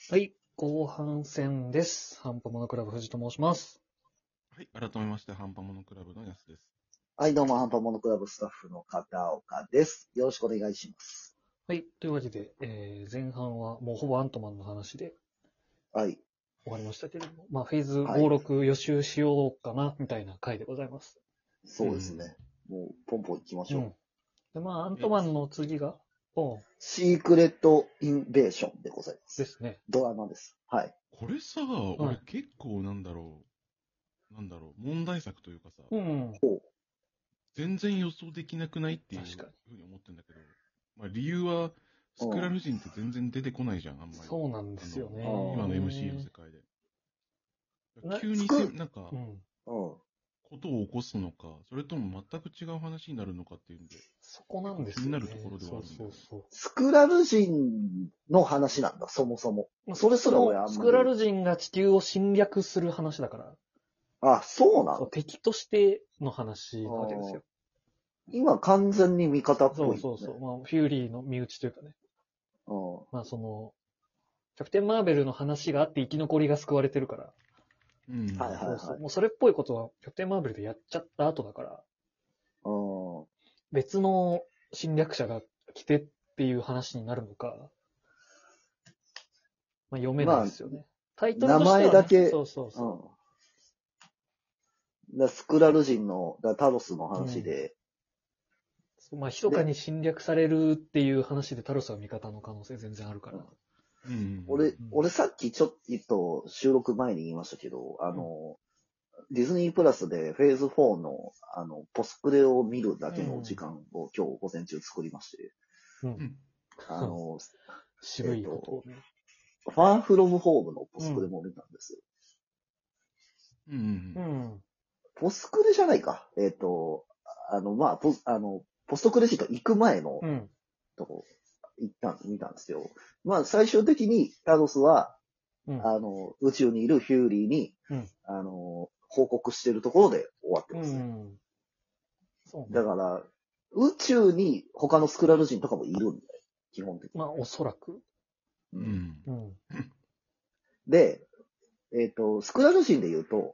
はい、後半戦です。ハンパモノクラブ藤と申します。 はい、改めまして、ハンパモノクラブのやすです。 はい、どうも、ハンパモノクラブスタッフの片岡です。よろしくお願いします。 はい、というわけで、前半はもうほぼアントマンの話ではい。 終わりましたけれども、まあフェーズ5、 はい 6予習しようかな、みたいな回でございます。 そうですね。もう、ポンポン行きましょう。 で、まあアントマンの次が、 シークレットインベーションでございます。 ですね。 ドラマです。はい。 これさ、俺結構問題作というかさ、全然予想できなくないっていうふうに思ってるんだけど、まあ理由は、スクラル人って全然出てこないじゃん、あんまり。 そうなんですよね。 今の MC の世界で。急になんか、ことを起こすのか、それとも全く違う話になるのかっていうんで、 そこなんですよね。 気になるところではあるんだよね。 スクラル人の話なんだ、そもそも。それすら俺あんまり。 スクラル人が地球を侵略する話だから。 あ、そうなの？ 敵としての話なわけですよ。 今完全に味方っぽい、ね。 そう。まあ、フューリーの身内というかね。まあ、キャプテンマーベルの話があって生き残りが救われてるから。もうそれっぽいことは、キャプテンマーベルでやっちゃった後だから。別の侵略者が来てっていう話になるのか。まあ、読めないですよね。タイトルとしては、ね、 名前だけ。スクラル人の、タロスの話で。 まあ、密かに侵略されるっていう話でタロスは味方の可能性全然あるから。 俺さっきちょっと収録前に言いましたけど、ディズニープラスでフェーズ4の、ポスクレを見るだけの時間を今日午前中作りまして、 渋いことをね。 ファーフロムホームのポスクレも見たんですよ。ポスクレじゃないか。ポストクレジット行く前のとこ、見たんですよ。まあ、最終的にタロスは、宇宙にいるヒューリーに、報告してるところで終わってますね。だから、宇宙に他のスクラル人とかもいるんだよ。基本的に。 まあ、おそらく。 で、スクラル人で言うと、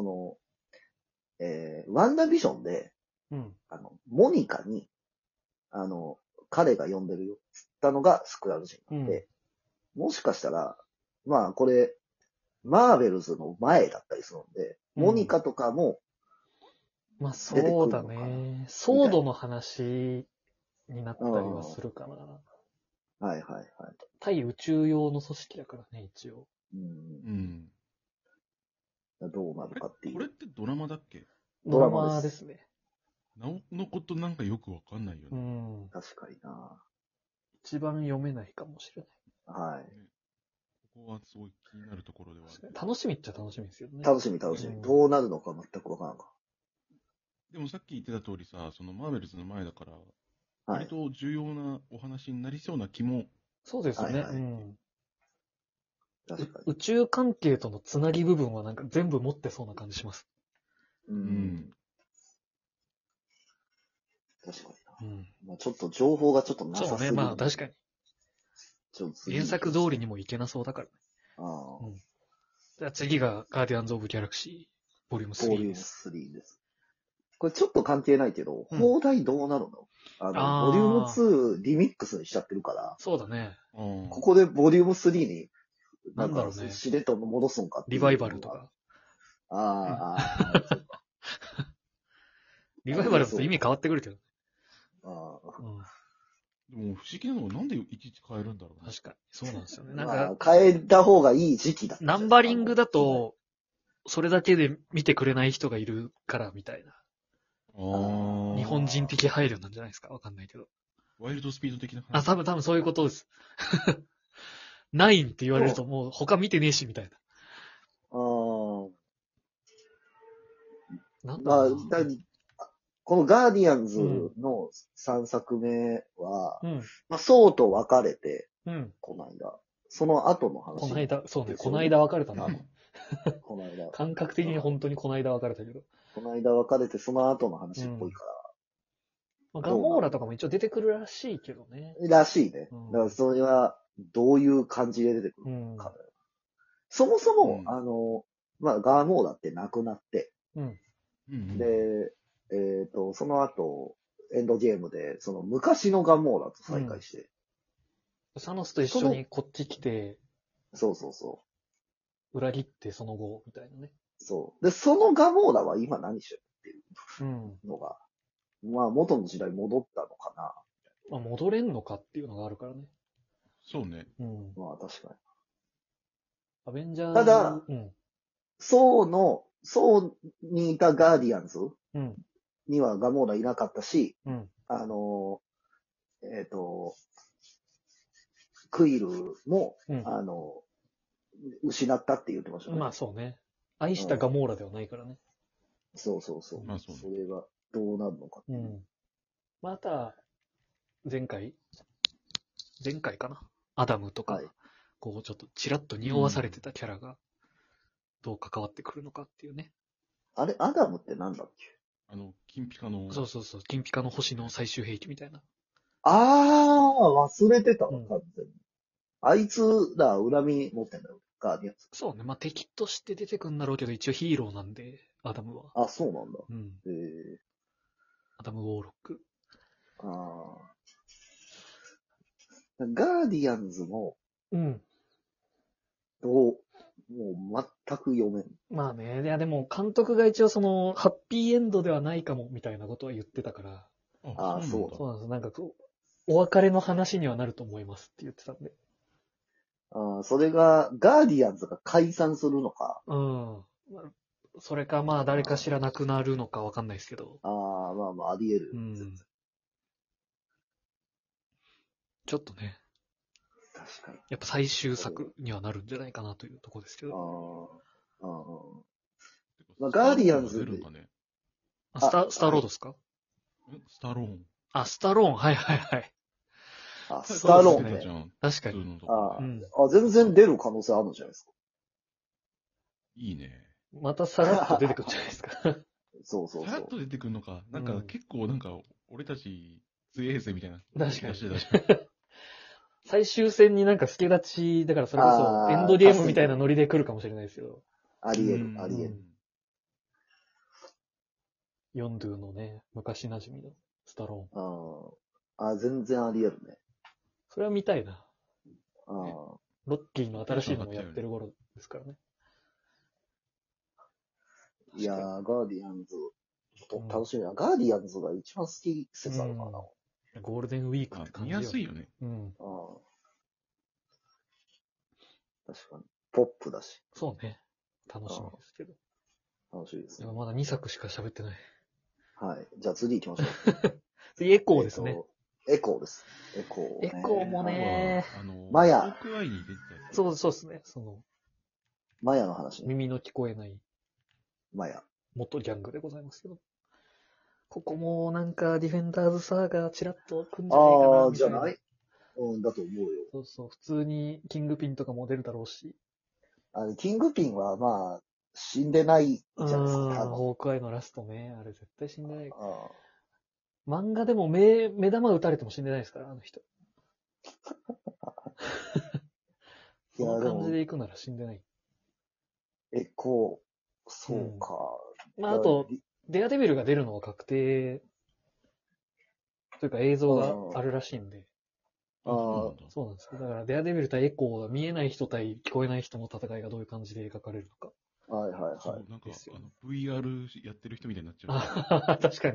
ワンダービジョンで、モニカに、彼が呼んでるよ、つったのがスクラル人なんで、もしかしたら、まあこれ、マーベルズの前だったりするんで、モニカとかも、 まあそうだね。ソードの話になったりはするかな。 はい。 対宇宙用の組織だからね、一応。 どうなるかっていう。 これってドラマだっけ？ ドラマですね。 なおのことなんかよくわかんないよね。 確かにな。 一番読めないかもしれない。はい。 ここはすごい気になるところではある。 楽しみっちゃ楽しみですよね。 楽しみ。どうなるのか全くわからんか。 でもさっき言ってた通りさ、そのマーベルズの前だから、割と重要なお話になりそうな気も。 そうですね。宇宙関係とのつなぎ部分はなんか全部持ってそうな感じします。 確かにな。まあちょっと情報がちょっとなさすぎる。 そうね、まあ確かに。原作通りにもいけなそうだからね。じゃあ次がガーディアンズ・オブ・ギャラクシー、ボリューム3です。 ボリューム3です。これちょっと関係ないけど、放題どうなるの？ボリューム2リミックスにしちゃってるから。 そうだね。 ここでボリューム3に、なんだろうね。しれっと戻すんかっていう。 リバイバルとか。リバイバルだと意味変わってくるけど。 でも不思議なのはなんでいちいち変えるんだろうね。 確かに。そうなんですよね。 なんか、変えた方がいい時期だ。 ナンバリングだと、それだけで見てくれない人がいるからみたいな。日本人的配慮なんじゃないですか？わかんないけど。 ワイルドスピード的な話。多分そういうことです。9って言われるともう他見てねえし、みたいな。なんだろうな。 このガーディアンズの3作目は、まあ、そうと別れて、この間。その後の話。 この間、そうね、この間別れたな。 この間。 感覚的に本当にこの間別れたけど。 この間別れて、その後の話っぽいから。 まあ、ガモーラとかも一応出てくるらしいけどね。 らしいね。だからそれは、 どういう感じで出てくるか。そもそも、ガーモーダって亡くなって、で、その後、エンドゲームで、その昔のガンモーダと再会して。 サノスと一緒にこっち来て、 そうそうそう。 裏切ってその後、みたいなね。 そう。で、そのガモーダは今何してるっていうのが、まあ元の時代戻ったのかな。 まあ戻れんのかっていうのがあるからね。 そうね。 まあ確かに。 アベンジャーズ。 ただ、そうにいたガーディアンズにはガモーダいなかったし、クイルも、失ったって言ってましたね。 まあそうね。愛したガモーラではないからね。 そうそうそう。まあそうね。それがどうなるのか。 また、前回かな。アダムとか、こうちょっとチラッと匂わされてたキャラが、どう関わってくるのかっていうね。 あれ、アダムってなんだっけ？ 金ピカの。 そうそうそう、金ピカの星の最終兵器みたいな。 忘れてたわ、完全に。あいつら恨み持ってんだよ、ガーディアンズ。 そうね、まあ敵として出てくんだろうけど、一応ヒーローなんで、アダムは。 そうなんだ。 アダム・ウォーロック。 ガーディアンズも、もう全く読めん。 まあね、いやでも監督が一応その、ハッピーエンドではないかも、みたいなことは言ってたから。そうなんです。なんかお別れの話にはなると思いますって言ってたんで。 それが、ガーディアンズが解散するのか。 それかまあ誰かしら亡くなるのかわかんないですけど。 まああり得る。 ちょっとね。 確かに。 やっぱ最終作にはなるんじゃないかなというところですけど。 ガーディアンズで。 スターロードですか？ スタローン。 スタローン、はいはいはい。 スタローンね。 確かに。 全然出る可能性あるんじゃないですか。 いいね。 またさらっと出てくるんじゃないですか。 そう。さらっと出てくるのか。なんか結構俺たち強えぜみたいな。 確かに。最終戦になんか助立ち、だからそれこそエンドゲームみたいなノリで来るかもしれないですよ。 あり得る、あり得る。 ヨンドゥのね、昔馴染みのスタローン。全然あり得るね。 それは見たいな。ロッキーの新しいのもやってる頃ですからね。 いやー、ガーディアンズ、楽しみな。ガーディアンズが一番好き説あるかな。 ゴールデンウィークって感じ。 見やすいよね。 確かに。ポップだし。 そうね。楽しみですけど。 楽しいですね。 まだ2作しか喋ってない。 はい。じゃあ次行きましょう。 次、エコーですね。 エコーです。エコーもね。 マヤ。 そうですね。 マヤの話。 耳の聞こえない。 マヤ。 元ギャングでございますけど。ここもなんかディフェンダーズサーガーチラッと来んじゃないかなみたいな。 じゃないだと思うよ。 そう。普通にキングピンとかも出るだろうし。 キングピンはまあ、死んでないじゃないですか。 ホークアイのラストね。あれ絶対死んでない。漫画でも目玉打たれても死んでないですから、あの人。その感じで行くなら死んでない。 そうか。 あと、デアデビルが出るのは確定、というか映像があるらしいんで。そうなんですよ。だから、デアデビル対エコーが見えない人対聞こえない人の戦いがどういう感じで描かれるのか。 はい。 なんか、VR やってる人みたいになっちゃう。確かに。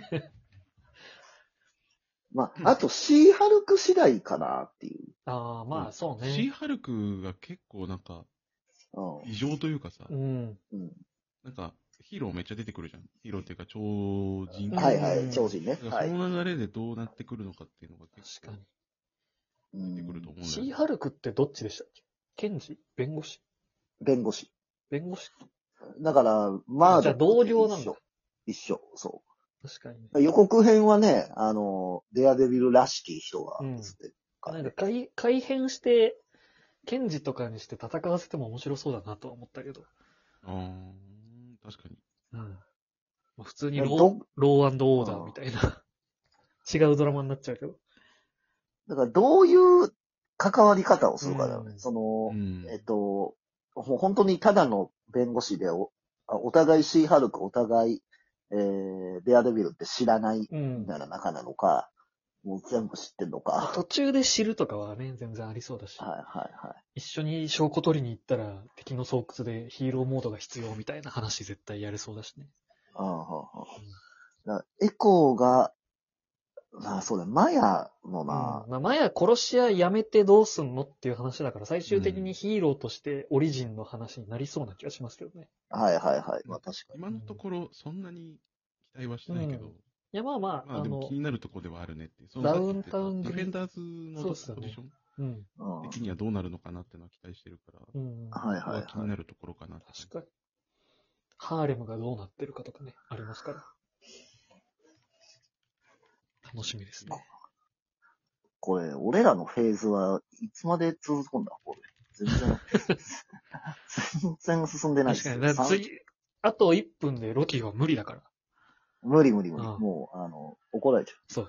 あと、シーハルク次第かなっていう。 まあ、そうね。 シーハルクが結構なんか、異常というかさ、なんか、ヒーローめっちゃ出てくるじゃん。ヒーローっていうか、超人。 はい、超人ね。 その流れでどうなってくるのかっていうのが結構、出てくると思うんだよね。 シーハルクってどっちでしたっけ？検事？弁護士？ 弁護士。だから、 じゃあ同僚なんだ。 一緒、そう。 確かにね。予告編はね、デアデビルらしき人が映ってるからね。なんか改変して、検事とかにして戦わせても面白そうだなとは思ったけど。 確かに。 普通にロー&オーダーみたいな。違うドラマになっちゃうけど。 だからどういう関わり方をするからね。もう本当にただの弁護士でお互いシーハルク、お互い、デアデビルって知らないみたいな仲なのか、もう全部知ってんのか。 途中で知るとかはね、全然ありそうだし。 はいはいはい。 一緒に証拠取りに行ったら敵の巣窟でヒーローモードが必要みたいな話絶対やれそうだしね。 エコーが、そうだ、マヤのマヤ殺し屋やめてどうすんのっていう話だから、最終的にヒーローとしてオリジンの話になりそうな気がしますけどね。 はいはいはい。まあ確かに。 今のところそんなに期待はしてないけど。 いやまあでも気になるところではあるねっていう。 ダウンタウンディフェンダーズのポジション的にはどうなるのかなっていうのは期待してるから。 はいはいはい。 気になるところかな。 確かに。ハーレムがどうなってるかとかね、ありますから。楽しみですね。 これ、俺らのフェーズはいつまで続くんだこれ。全然進んでないです。 確かに。次、あと1分でロキは無理だから。 無理。もう、怒られちゃう。 そう。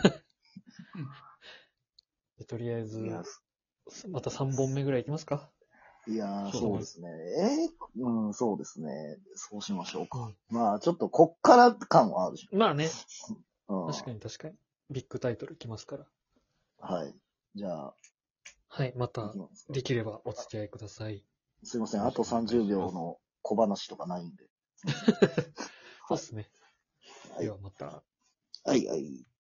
とりあえず、また3本目ぐらいいきますか。 いやー、そうですね。そうですね。そうしましょうか。まあ、ちょっとこっから感はあるじゃん。 まあね。確かに。ビッグタイトルきますから。 はい。じゃあ。 はい、また、できればお付き合いください。 すいません、あと30秒の小話とかないんで。 そうですね。ではまた。 はい。